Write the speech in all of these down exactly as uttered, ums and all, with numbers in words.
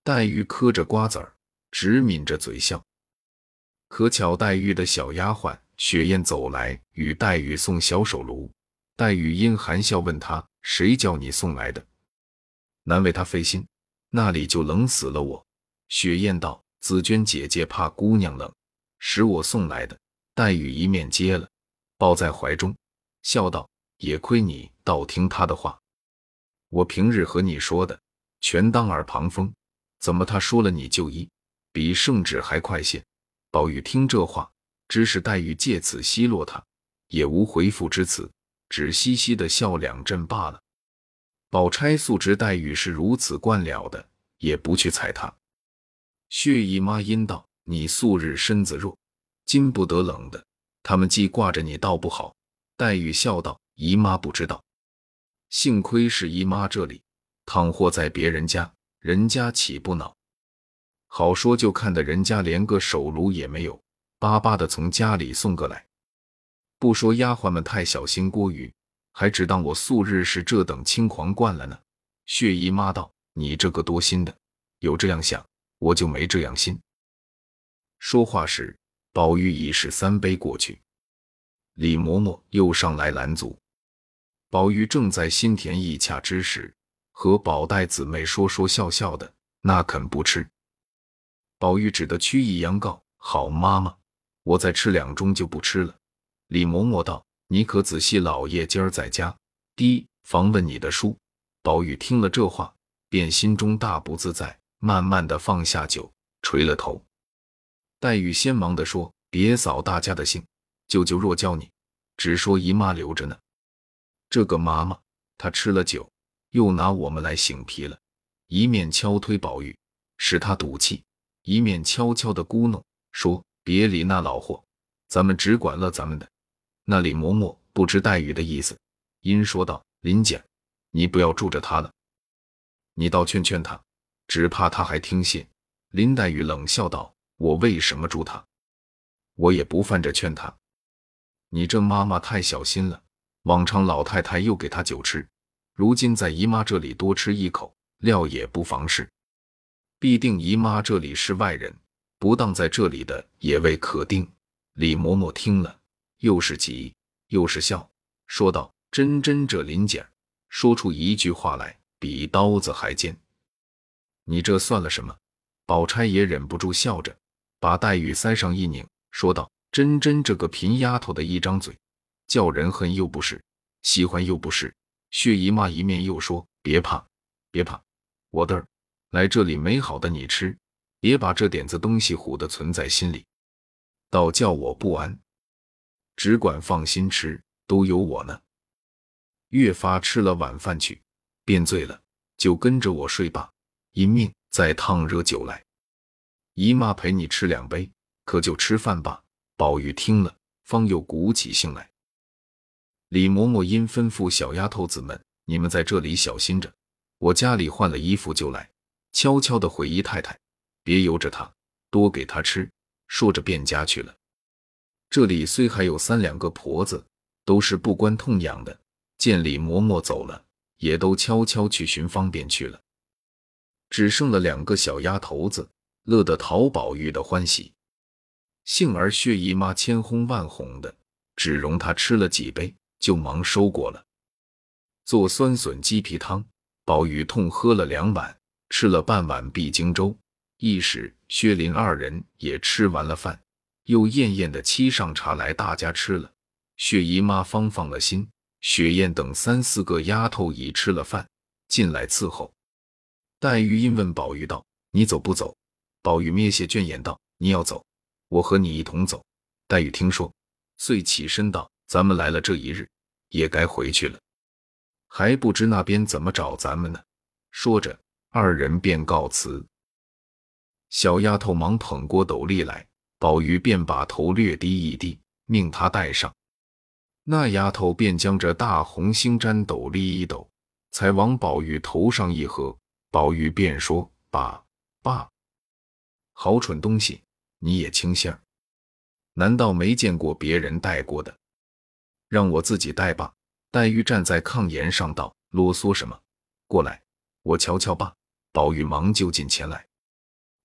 黛玉嗑着瓜子儿，直抿着嘴笑。可巧黛玉的小丫鬟雪雁走来，与黛玉送小手炉。黛玉因含笑问他：“谁叫你送来的？难为他费心，那里就冷死了我。”雪雁道：“紫鹃姐姐怕姑娘冷，使我送来的。”黛玉一面接了，抱在怀中，笑道：“也亏你倒听他的话，我平日和你说的，全当耳旁风，怎么他说了你就依，比圣旨还快些。”宝玉听这话，知是黛玉借此奚落他，也无回复之词，只嘻嘻的笑两阵罢了。宝钗素知黛玉是如此惯了的，也不去睬她。薛姨妈因道：“你素日身子弱，经不得冷的，他们既挂着你倒不好。”黛玉笑道：“姨妈不知道，幸亏是姨妈这里，倘或在别人家，人家岂不恼？好说就看得人家连个手炉也没有，巴巴的从家里送个来。不说丫鬟们太小心郭鱼，还只当我素日是这等轻狂惯了呢。”薛姨妈道：“你这个多心的，有这样想，我就没这样心。”说话时，宝玉已是三杯过去。李嬷嬷又上来拦阻，宝玉正在心甜意洽之时，和宝黛姊妹说说笑笑的，那肯不吃。宝玉只得屈意央告：“好妈妈，我再吃两盅就不吃了。”李嬷嬷道：“你可仔细老爷今儿在家，提房问你的书。”宝玉听了这话，便心中大不自在，慢慢的放下酒，垂了头。黛玉先忙地说：“别扫大家的兴，舅舅若叫你，只说姨妈留着呢。这个妈妈，她吃了酒，又拿我们来醒皮了。”一面敲推宝玉，使他赌气，一面悄悄的咕哝说：“别理那老货，咱们只管乐咱们的。”那李嬷嬷不知黛玉的意思，因说道：“林姐，你不要住着她了，你倒劝劝她，只怕她还听信。”林黛玉冷笑道：“我为什么住她？我也不犯着劝她。你这妈妈太小心了，往常老太太又给她酒吃，如今在姨妈这里多吃一口，料也不妨事。必定姨妈这里是外人，不当在这里的也未可定。”李嬷嬷听了，又是急又是笑，说道：“真真这林姐说出一句话来，比刀子还尖。你这算了什么？”宝钗也忍不住笑着，把黛玉腮上一拧，说道：“真真这个贫丫头的一张嘴，叫人恨又不是，喜欢又不是。”薛姨妈一面又说：“别怕，别怕，我的儿，来这里没好的你吃，别把这点子东西唬得存在心里，倒叫我不安。只管放心吃，都有我呢。”越发吃了晚饭去，便醉了，就跟着我睡罢，因命再烫热酒来。姨妈陪你吃两杯，可就吃饭吧。宝玉听了，方又鼓起兴来。李嬷嬷因吩咐小丫头子们：“你们在这里小心着，我家里换了衣服就来。”悄悄地回姨太太：“别由着她，多给她吃。”说着便家去了。这里虽还有三两个婆子，都是不关痛痒的，见李嬷嬷走了，也都悄悄去寻方便去了。只剩了两个小丫头子，乐得讨宝玉的欢喜。幸而薛姨妈千哄万哄的，只容她吃了几杯，就忙收过了。做酸笋鸡皮汤，宝玉痛喝了两碗，吃了半碗碧荆粥。一时薛林二人也吃完了饭，又艳艳的沏上茶来，大家吃了。薛姨妈方放了心，雪雁等三四个丫头已吃了饭，进来伺候。黛玉因问宝玉道：“你走不走？”宝玉眯些倦眼道：“你要走，我和你一同走。”黛玉听说，遂起身道：“咱们来了这一日，也该回去了，还不知那边怎么找咱们呢。”说着，二人便告辞。小丫头忙捧过斗笠来，宝玉便把头略低一低，命她戴上。那丫头便将这大红星毡斗笠一抖，才往宝玉头上一合。宝玉便说：“爸爸，好蠢东西，你也轻些儿，难道没见过别人戴过的？让我自己戴吧。”黛玉站在炕沿上道：“啰嗦什么？过来，我瞧瞧吧。”宝玉忙就近前来，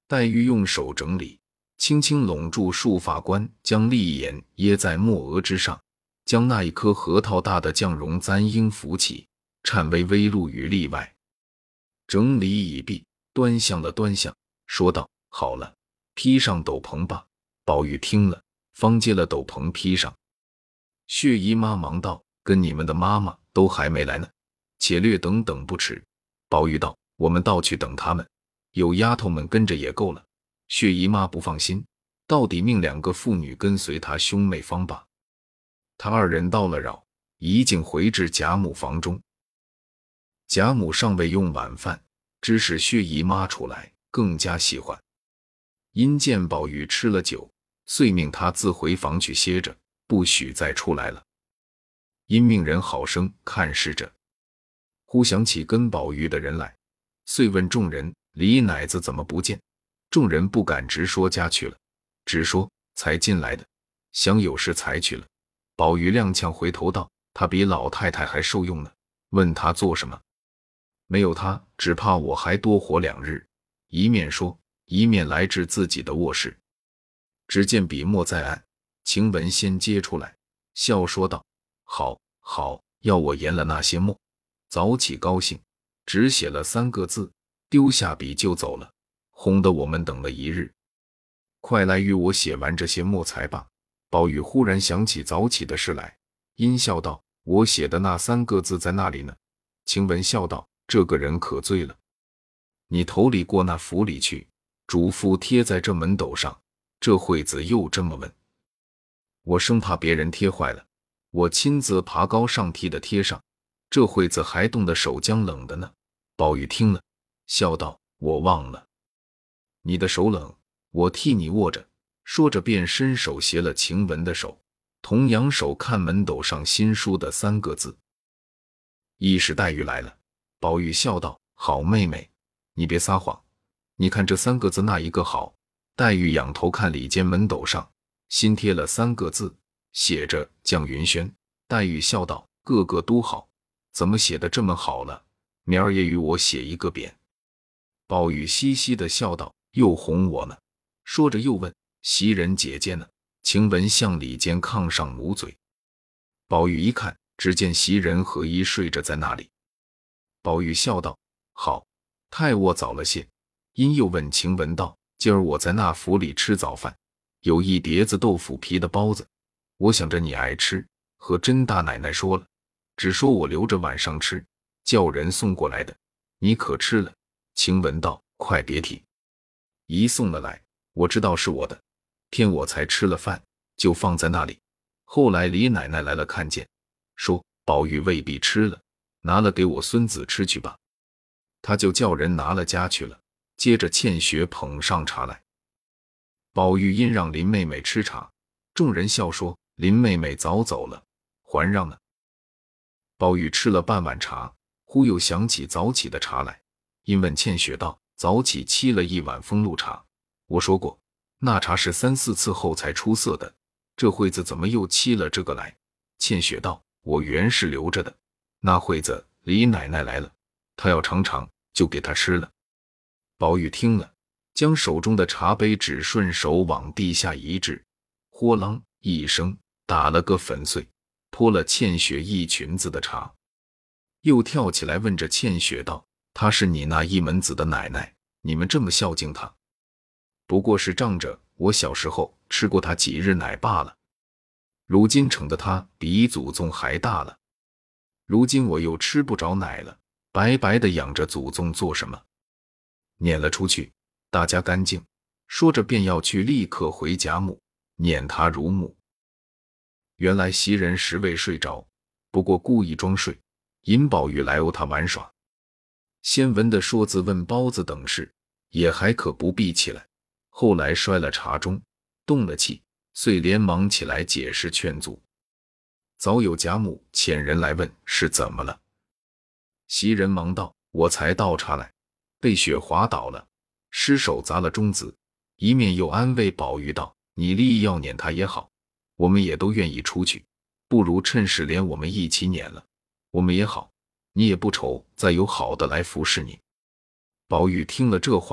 黛玉用手整理，轻轻拢住束发冠，将利眼掖在墨额之上，将那一颗核桃大的绛绒簪缨扶起，颤巍巍露于例外。整理已毕，端详了端详，说道：“好了，披上斗篷吧。”宝玉听了，方接了斗篷披上。薛姨妈忙道：“跟你们的妈妈都还没来呢，且略等等不迟。”宝玉道：“我们倒去等他们，有丫头们跟着也够了。”薛姨妈不放心，到底命两个妇女跟随她兄妹方罢。他二人到了扰，一径回至贾母房中。贾母尚未用晚饭，只是薛姨妈出来，更加喜欢。因见宝玉吃了酒，遂命他自回房去歇着，不许再出来了。因命人好生看视着。忽想起跟宝玉的人来，遂问众人：“李奶子怎么不见？”众人不敢直说家去了，只说才进来的，想有事才去了。宝玉踉跄回头道：“他比老太太还受用呢，问他做什么？没有他，只怕我还多活两日。”一面说，一面来至自己的卧室。只见笔墨在案，晴雯先接出来，笑说道：“好，好，要我研了那些墨。”早起高兴，只写了三个字，丢下笔就走了，哄得我们等了一日。快来与我写完这些墨才罢。宝玉忽然想起早起的事来，阴笑道：“我写的那三个字在那里呢？”晴雯笑道：“这个人可醉了。你头里过那府里去，嘱咐贴在这门斗上，这会子又这么问，我生怕别人贴坏了，我亲自爬高上梯的贴上，这会子还冻得手僵冷的呢。”宝玉听了，笑道：“我忘了，你的手冷，我替你握着。”说着便伸手携了晴雯的手，同扬手看门斗上新书的三个字。一时黛玉来了，宝玉笑道：“好妹妹，你别撒谎，你看这三个字那一个好？”黛玉仰头看里间门斗上新贴了三个字，写着绛云轩。黛玉笑道：“个个都好，怎么写得这么好了？明儿也与我写一个匾。”宝玉嘻嘻地笑道：“又哄我呢。”说着又问：“袭人姐姐呢？”晴雯向里间炕上努嘴。宝玉一看，只见袭人和衣睡着在那里。宝玉笑道：“好，太卧早了些。”因又问晴雯道：“今儿我在那府里吃早饭，有一碟子豆腐皮的包子，我想着你爱吃，和甄大奶奶说了，只说我留着晚上吃，叫人送过来的，你可吃了？”晴雯道：“快别提，一送了来，我知道是我的，天我才吃了饭，就放在那里。后来李奶奶来了，看见，说宝玉未必吃了，拿了给我孙子吃去吧。”他就叫人拿了家去了。接着茜雪捧上茶来，宝玉因让林妹妹吃茶，众人笑说：“林妹妹早走了，还让呢。”宝玉吃了半碗茶，忽又想起早起的茶来，因问茜雪道：“早起沏了一碗风露茶，我说过那茶是三四次后才出色的，这会子怎么又沏了这个来？”茜雪道：“我原是留着的，那会子李奶奶来了，她要尝尝，就给她吃了。”宝玉听了，将手中的茶杯只顺手往地下一掷，豁啷一声打了个粉碎，泼了茜雪一裙子的茶。又跳起来问着茜雪道：“她是你那一门子的奶奶，你们这么孝敬她，不过是仗着我小时候吃过她几日奶罢了。如今成得她比祖宗还大了，如今我又吃不着奶了，白白的养着祖宗做什么？撵了出去，大家干净。”说着便要去，立刻回贾母，撵他如母。原来袭人实未睡着，不过故意装睡，引宝玉来逗他玩耍。先闻的说字问包子等事，也还可不必起来。后来摔了茶盅，动了气，遂连忙起来解释劝阻。早有贾母遣人来问是怎么了。袭人忙道：“我才倒茶来，被雪滑倒了，失手砸了盅子。”一面又安慰宝玉道：“你立意要撵他也好，我们也都愿意出去，不如趁势连我们一起撵了，我们也好，你也不愁再有好的来服侍你。”宝玉听了这话，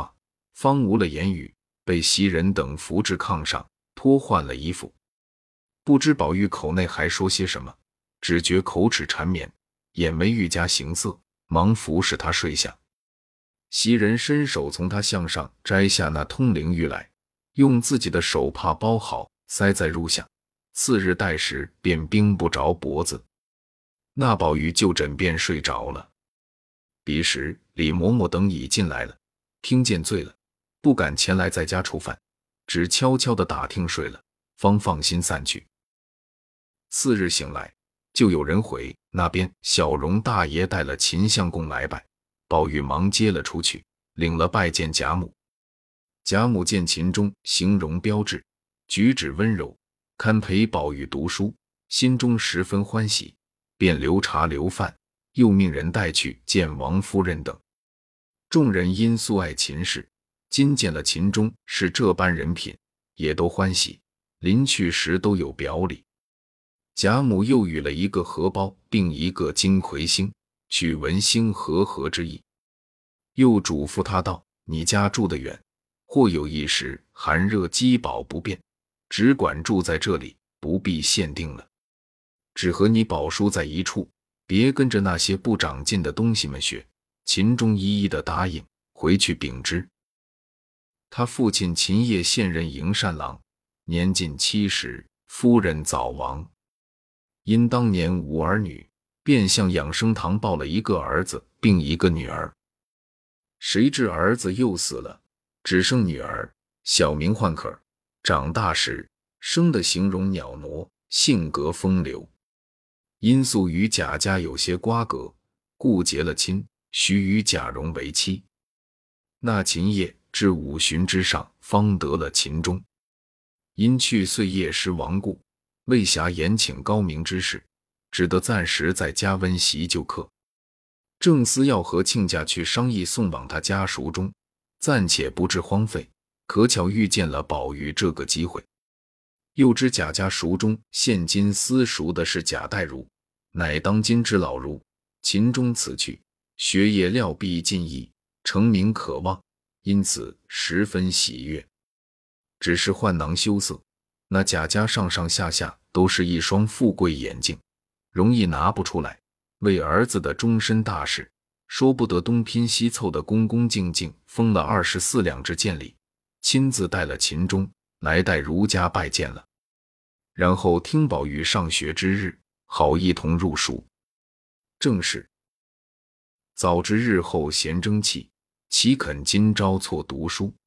方无了言语，被袭人等扶至炕上，脱换了衣服。不知宝玉口内还说些什么，只觉口齿缠绵，眼眉愈加形色，忙服侍他睡下。袭人伸手从他项上摘下那通灵玉来，用自己的手帕包好，塞在褥下。次日待时，便冰不着脖子。那宝玉就枕便睡着了。彼时李嬷嬷等已进来了，听见醉了，不敢前来在家触饭，只悄悄地打听睡了，方放心散去。次日醒来，就有人回那边小荣大爷带了秦相公来拜，宝玉忙接了出去，领了拜见贾母。贾母见秦钟形容标致，举止温柔，堪陪宝玉读书，心中十分欢喜，便留茶留饭，又命人带去见王夫人等。众人因素爱秦氏，今见了秦钟是这般人品，也都欢喜，临去时都有表里。贾母又与了一个荷包，并一个金魁星，取文星和合之意。又嘱咐他道：你家住得远，或有一时寒热饥饱不便，只管住在这里，不必限定了。只和你宝叔在一处，别跟着那些不长进的东西们学。秦钟一一的答应，回去禀知。他父亲秦业现任营善郎，年近七十，夫人早亡。因当年无儿女，便向养生堂抱了一个儿子，并一个女儿。谁知儿子又死了，只剩女儿，小名唤可儿。长大时，生的形容袅娜，性格风流。因素与贾家有些瓜葛，故结了亲，许与贾蓉为妻。那秦业至五旬之上，方得了秦钟。因去岁夜师亡故，未暇延请高明之士，只得暂时在家温习旧课。正思要和亲家去商议送往他家塾中，暂且不致荒废，可巧遇见了宝玉这个机会。又知贾家塾中现今私塾的是贾代儒，乃当今之老儒。秦钟此去，学业料必尽益，成名可望，因此十分喜悦。只是换囊羞涩，那贾家上上下下都是一双富贵眼镜，容易拿不出来。为儿子的终身大事，说不得东拼西凑的恭恭敬敬封了二十四两支见礼，亲自带了秦钟来带儒家拜见了。然后听宝玉上学之日，好一同入塾。正是早知日后闲争气，岂肯今朝错读书。